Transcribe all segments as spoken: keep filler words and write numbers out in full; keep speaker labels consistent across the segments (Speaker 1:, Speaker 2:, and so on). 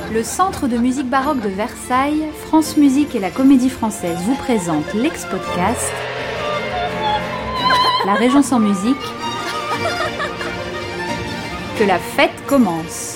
Speaker 1: Le Centre de musique baroque de Versailles, France Musique et la Comédie Française vous présentent l'ex-podcast La Régence en musique. Que la fête commence.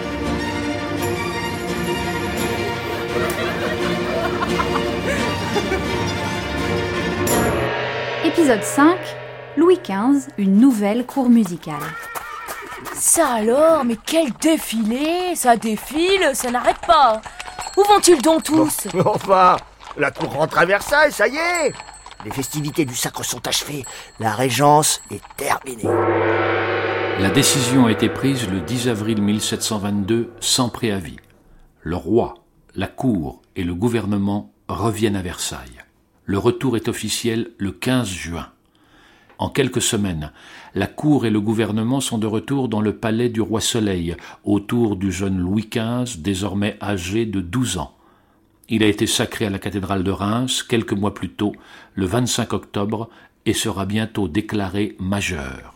Speaker 1: Épisode cinq, Louis quinze, une nouvelle cour musicale.
Speaker 2: Ça alors, mais quel défilé! Ça défile, ça n'arrête pas! Où vont-ils donc tous?
Speaker 3: Bon, enfin, la cour rentre à Versailles, ça y est! Les festivités du sacre sont achevées, la régence est terminée.
Speaker 4: La décision a été prise le dix avril mille sept cent vingt-deux, sans préavis. Le roi, la cour et le gouvernement reviennent à Versailles. Le retour est officiel le quinze juin. En quelques semaines, la cour et le gouvernement sont de retour dans le palais du roi Soleil, autour du jeune Louis quinze, désormais âgé de douze ans. Il a été sacré à la cathédrale de Reims quelques mois plus tôt, le vingt-cinq octobre, et sera bientôt déclaré majeur.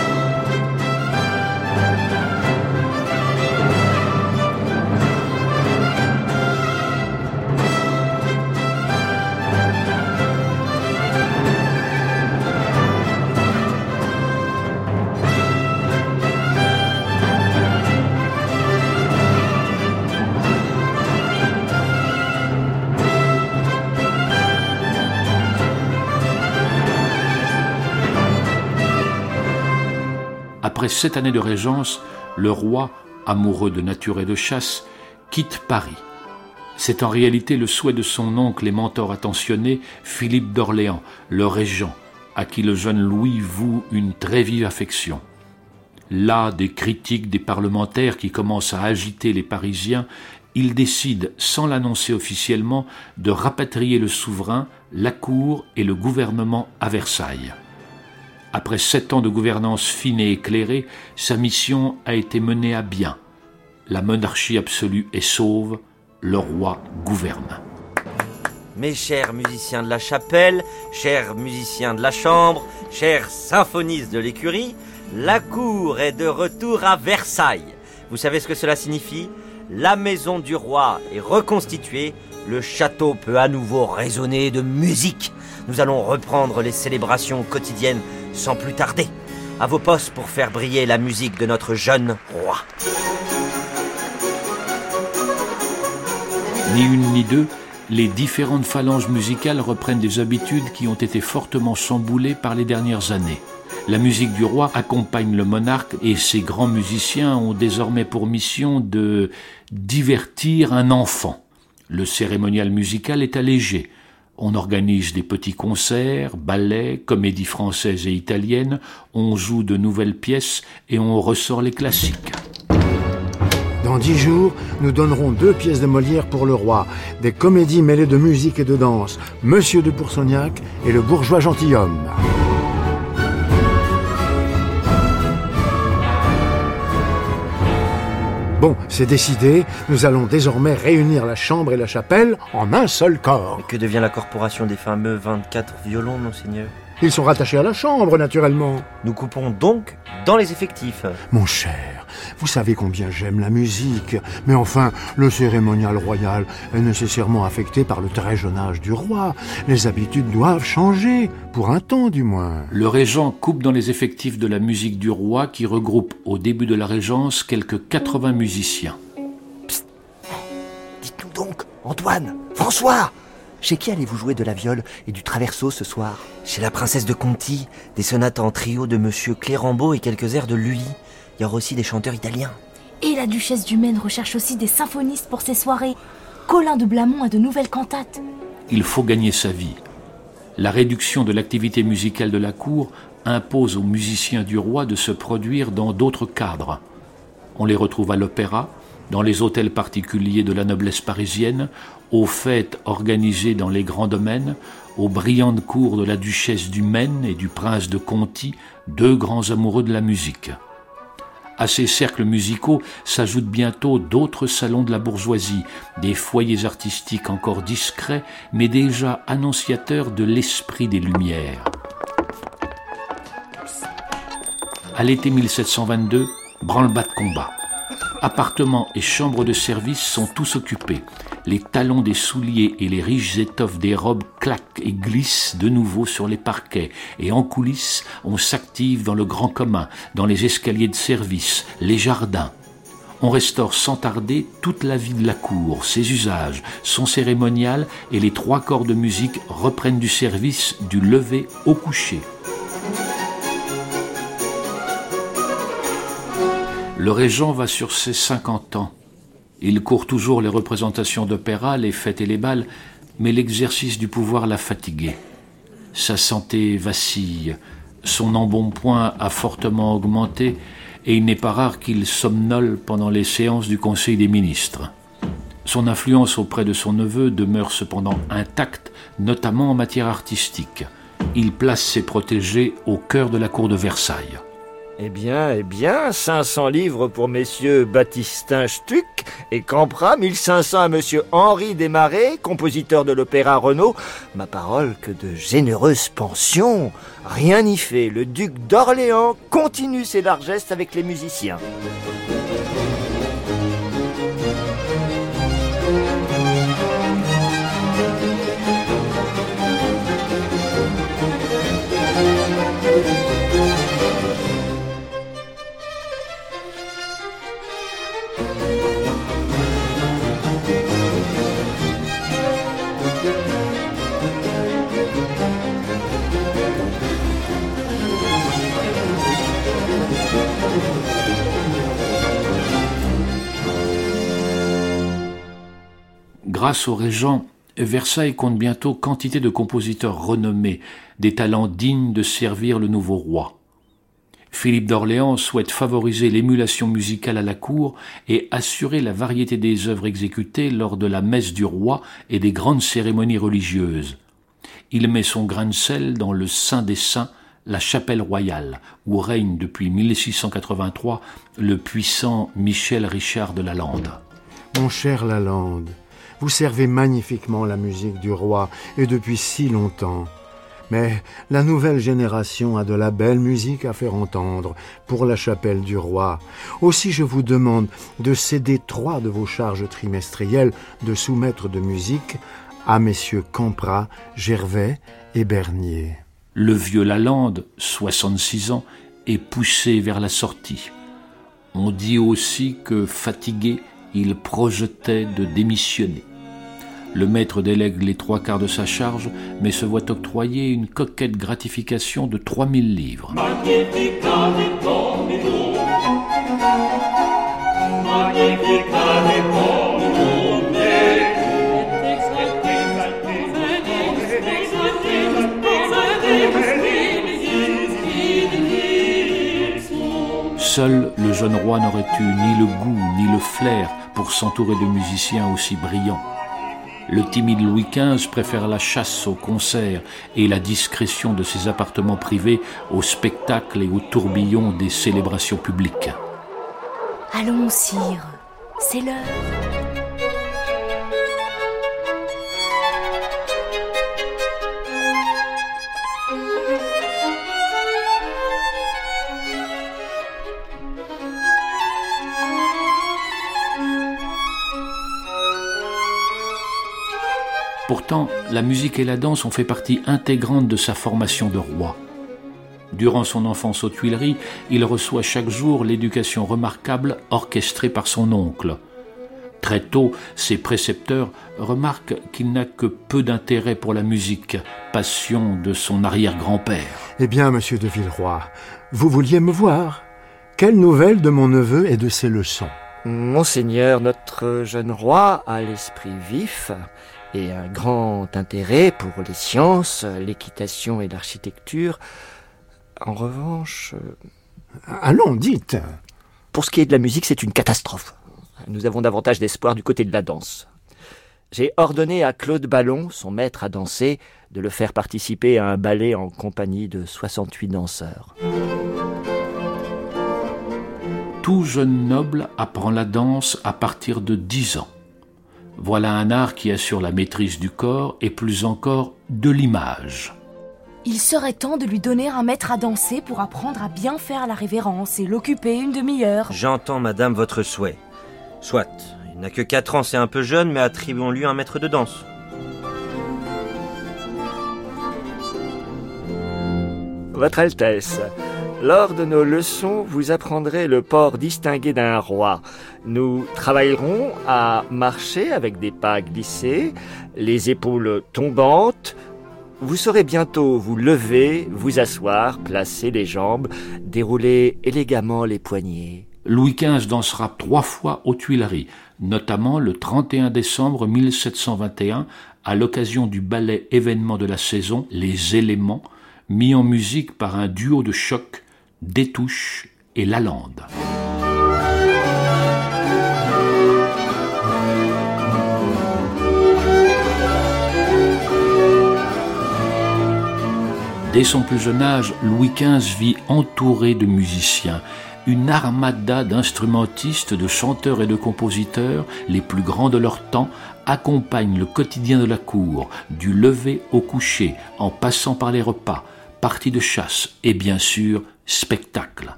Speaker 4: Après sept années de régence, le roi, amoureux de nature et de chasse, quitte Paris. C'est en réalité le souhait de son oncle et mentor attentionné, Philippe d'Orléans, le régent, à qui le jeune Louis voue une très vive affection. Là, des critiques des parlementaires qui commencent à agiter les Parisiens, il décide, sans l'annoncer officiellement, de rapatrier le souverain, la cour et le gouvernement à Versailles. Après sept ans de gouvernance fine et éclairée, sa mission a été menée à bien. La monarchie absolue est sauve, le roi gouverne.
Speaker 5: Mes chers musiciens de la chapelle, chers musiciens de la chambre, chers symphonistes de l'écurie, la cour est de retour à Versailles. Vous savez ce que cela signifie ? La maison du roi est reconstituée, le château peut à nouveau résonner de musique. Nous allons reprendre les célébrations quotidiennes sans plus tarder. À vos postes pour faire briller la musique de notre jeune roi.
Speaker 4: Ni une ni deux, les différentes phalanges musicales reprennent des habitudes qui ont été fortement chamboulées par les dernières années. La musique du roi accompagne le monarque et ses grands musiciens ont désormais pour mission de divertir un enfant. Le cérémonial musical est allégé. On organise des petits concerts, ballets, comédies françaises et italiennes, on joue de nouvelles pièces et on ressort les classiques.
Speaker 6: Dans dix jours, nous donnerons deux pièces de Molière pour le roi, des comédies mêlées de musique et de danse, Monsieur de Pourceaugnac et le bourgeois gentilhomme. Bon, c'est décidé, nous allons désormais réunir la chambre et la chapelle en un seul corps.
Speaker 5: Mais que devient la corporation des fameux vingt-quatre violons, monseigneur ?
Speaker 6: Ils sont rattachés à la chambre, naturellement.
Speaker 5: Nous coupons donc dans les effectifs.
Speaker 6: Mon cher, vous savez combien j'aime la musique. Mais enfin, le cérémonial royal est nécessairement affecté par le très jeune âge du roi. Les habitudes doivent changer, pour un temps du moins.
Speaker 4: Le régent coupe dans les effectifs de la musique du roi qui regroupe au début de la régence quelques quatre-vingts musiciens.
Speaker 3: Psst. Dites-nous donc, Antoine, François, chez qui allez-vous jouer de la viole et du traverso ce soir ?
Speaker 5: Chez la princesse de Conti, des sonates en trio de Monsieur Clérambault et quelques airs de Lully. Il y aura aussi des chanteurs italiens.
Speaker 2: Et la duchesse du Maine recherche aussi des symphonistes pour ses soirées. Colin de Blamont a de nouvelles cantates.
Speaker 4: Il faut gagner sa vie. La réduction de l'activité musicale de la cour impose aux musiciens du roi de se produire dans d'autres cadres. On les retrouve à l'opéra, dans les hôtels particuliers de la noblesse parisienne, aux fêtes organisées dans les grands domaines, aux brillantes cours de la duchesse du Maine et du prince de Conti, deux grands amoureux de la musique. À ces cercles musicaux s'ajoutent bientôt d'autres salons de la bourgeoisie, des foyers artistiques encore discrets, mais déjà annonciateurs de l'esprit des Lumières. À l'été mille sept cent vingt-deux, branle-bas de combat. Appartements et chambres de service sont tous occupés. Les talons des souliers et les riches étoffes des robes claquent et glissent de nouveau sur les parquets. Et en coulisses, on s'active dans le grand commun, dans les escaliers de service, les jardins. On restaure sans tarder toute la vie de la cour, ses usages, son cérémonial, et les trois corps de musique reprennent du service du lever au coucher. Le régent va sur ses cinquante ans. Il court toujours les représentations d'opéra, les fêtes et les bals, mais l'exercice du pouvoir l'a fatigué. Sa santé vacille, son embonpoint a fortement augmenté et il n'est pas rare qu'il somnole pendant les séances du Conseil des ministres. Son influence auprès de son neveu demeure cependant intacte, notamment en matière artistique. Il place ses protégés au cœur de la cour de Versailles.
Speaker 7: Eh bien, eh bien, cinq cents livres pour messieurs Baptistin Stuck et Campra, mille cinq cents à monsieur Henri Desmarais, compositeur de l'opéra Renaud. Ma parole, que de généreuses pensions. Rien n'y fait, le duc d'Orléans continue ses largesses avec les musiciens.
Speaker 4: Grâce au régent, Versailles compte bientôt quantité de compositeurs renommés, des talents dignes de servir le nouveau roi. Philippe d'Orléans souhaite favoriser l'émulation musicale à la cour et assurer la variété des œuvres exécutées lors de la messe du roi et des grandes cérémonies religieuses. Il met son grain de sel dans le Saint des Saints, la chapelle royale, où règne depuis mille six cent quatre-vingt-trois le puissant Michel Richard de Lalande.
Speaker 6: Mon cher Lalande, vous servez magnifiquement la musique du roi, et depuis si longtemps. Mais la nouvelle génération a de la belle musique à faire entendre pour la chapelle du roi. Aussi je vous demande de céder trois de vos charges trimestrielles de sous-maître de musique à messieurs Campra, Gervais et Bernier.
Speaker 4: Le vieux Lalande, soixante-six ans, est poussé vers la sortie. On dit aussi que, fatigué, il projetait de démissionner. Le maître délègue les trois quarts de sa charge, mais se voit octroyer une coquette gratification de trois mille livres. Seul le jeune roi n'aurait eu ni le goût ni le flair pour s'entourer de musiciens aussi brillants. Le timide Louis quinze préfère la chasse au concert et la discrétion de ses appartements privés au spectacle et au tourbillon des célébrations publiques.
Speaker 2: Allons, sire, c'est l'heure.
Speaker 4: Pourtant, la musique et la danse ont fait partie intégrante de sa formation de roi. Durant son enfance aux Tuileries, il reçoit chaque jour l'éducation remarquable orchestrée par son oncle. Très tôt, ses précepteurs remarquent qu'il n'a que peu d'intérêt pour la musique, passion de son arrière-grand-père.
Speaker 6: Eh bien, monsieur de Villeroy, vous vouliez me voir? Quelle nouvelle de mon neveu et de ses leçons?
Speaker 7: Monseigneur, notre jeune roi a l'esprit vif et un grand intérêt pour les sciences, l'équitation et l'architecture. En revanche...
Speaker 6: Allons, dites.
Speaker 7: Pour ce qui est de la musique, c'est une catastrophe. Nous avons davantage d'espoir du côté de la danse. J'ai ordonné à Claude Ballon, son maître à danser, de le faire participer à un ballet en compagnie de soixante-huit danseurs.
Speaker 4: Tout jeune noble apprend la danse à partir de dix ans. Voilà un art qui assure la maîtrise du corps et plus encore de l'image.
Speaker 2: Il serait temps de lui donner un maître à danser pour apprendre à bien faire la révérence et l'occuper une demi-heure.
Speaker 5: J'entends, madame, votre souhait. Soit, il n'a que quatre ans, c'est un peu jeune, mais attribuons-lui un maître de danse.
Speaker 7: Votre Altesse, lors de nos leçons, vous apprendrez le port distingué d'un roi. Nous travaillerons à marcher avec des pas glissés, les épaules tombantes. Vous saurez bientôt vous lever, vous asseoir, placer les jambes, dérouler élégamment les poignets.
Speaker 4: Louis quinze dansera trois fois aux Tuileries, notamment le trente et un décembre mille sept cent vingt et un, à l'occasion du ballet événement de la saison, Les Éléments, mis en musique par un duo de choc, Détouche et Lalande. Dès son plus jeune âge, Louis quinze vit entouré de musiciens, une armada d'instrumentistes, de chanteurs et de compositeurs, les plus grands de leur temps, accompagnent le quotidien de la cour, du lever au coucher, en passant par les repas, parties de chasse et bien sûr, spectacles.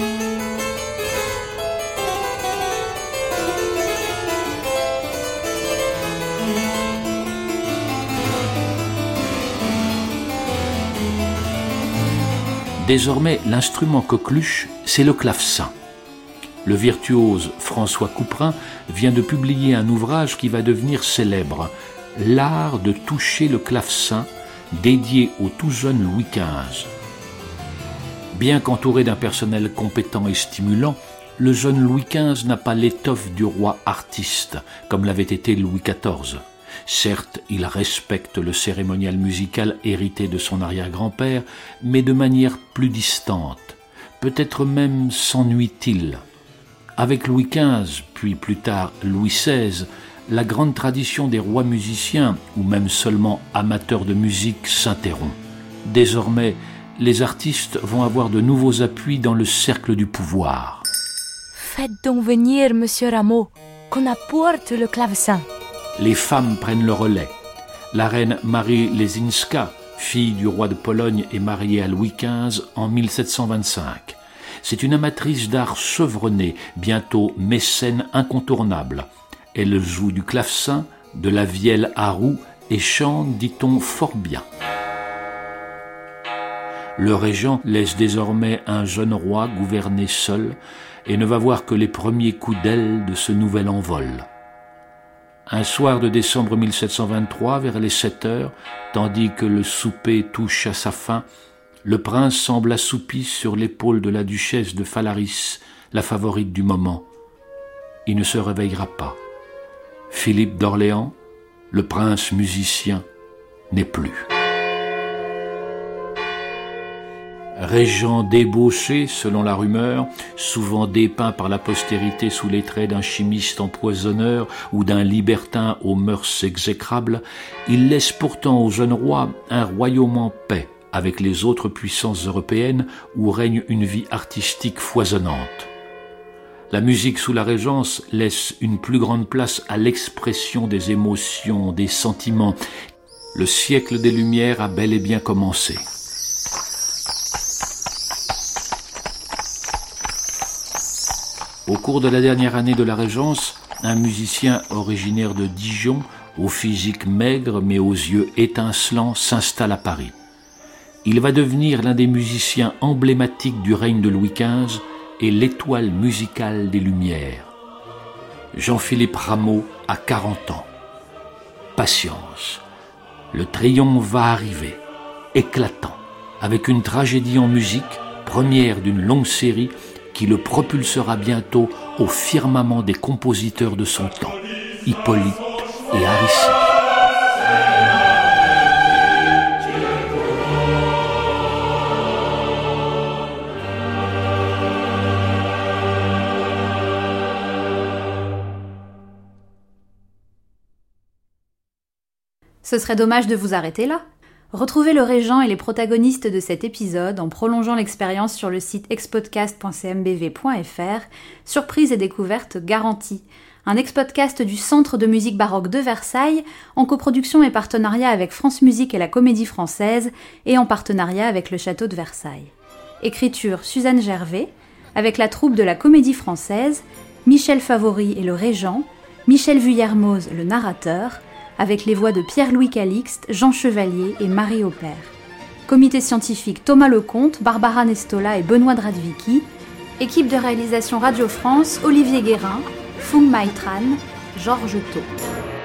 Speaker 4: Désormais, l'instrument coqueluche, c'est le clavecin. Le virtuose François Couperin vient de publier un ouvrage qui va devenir célèbre, L'art de toucher le clavecin, dédié au tout jeune Louis quinze. Bien qu'entouré d'un personnel compétent et stimulant, le jeune Louis quinze n'a pas l'étoffe du roi artiste, comme l'avait été Louis quatorze. Certes, il respecte le cérémonial musical hérité de son arrière-grand-père, mais de manière plus distante. Peut-être même s'ennuie-t-il. Avec Louis quinze, puis plus tard Louis seize, la grande tradition des rois musiciens, ou même seulement amateurs de musique, s'interrompt. Désormais, les artistes vont avoir de nouveaux appuis dans le cercle du pouvoir.
Speaker 2: Faites donc venir Monsieur Rameau, qu'on apporte le clavecin.
Speaker 4: Les femmes prennent le relais. La reine Marie Lesinska, fille du roi de Pologne et mariée à Louis quinze en mille sept cent vingt-cinq. C'est une amatrice d'art chevronnée, bientôt mécène incontournable. Elle joue du clavecin, de la vielle à roue et chante, dit-on, fort bien. Le régent laisse désormais un jeune roi gouverner seul et ne va voir que les premiers coups d'aile de ce nouvel envol. Un soir de décembre mille sept cent vingt-trois, vers les sept heures, tandis que le souper touche à sa fin, le prince semble assoupi sur l'épaule de la duchesse de Phalaris, la favorite du moment. Il ne se réveillera pas. Philippe d'Orléans, le prince musicien, n'est plus. Régent débauché, selon la rumeur, souvent dépeint par la postérité sous les traits d'un chimiste empoisonneur ou d'un libertin aux mœurs exécrables, il laisse pourtant au jeune roi un royaume en paix avec les autres puissances européennes où règne une vie artistique foisonnante. La musique sous la Régence laisse une plus grande place à l'expression des émotions, des sentiments. Le siècle des Lumières a bel et bien commencé. Au cours de la dernière année de la Régence, un musicien originaire de Dijon, au physique maigre mais aux yeux étincelants, s'installe à Paris. Il va devenir l'un des musiciens emblématiques du règne de Louis quinze et l'étoile musicale des Lumières. Jean-Philippe Rameau a quarante ans. Patience. Le triomphe va arriver, éclatant, avec une tragédie en musique, première d'une longue série, qui le propulsera bientôt au firmament des compositeurs de son temps, Hippolyte et Aristide.
Speaker 1: Ce serait dommage de vous arrêter là. Retrouvez le régent et les protagonistes de cet épisode en prolongeant l'expérience sur le site expodcast point c m b v point f r. Surprise et découverte garantie. Un ex-podcast du Centre de musique baroque de Versailles, en coproduction et partenariat avec France Musique et la Comédie Française, et en partenariat avec le Château de Versailles. Écriture Suzanne Gervais, avec la troupe de la Comédie Française, Michel Favory et le régent, Michel Vuillermoz le narrateur, avec les voix de Pierre-Louis Calixte, Jean Chevalier et Marie Aupert. Comité scientifique Thomas Lecomte, Barbara Nestola et Benoît Dradvicki. Équipe de réalisation Radio France, Olivier Guérin, Fung Mai Tran, Georges Thau.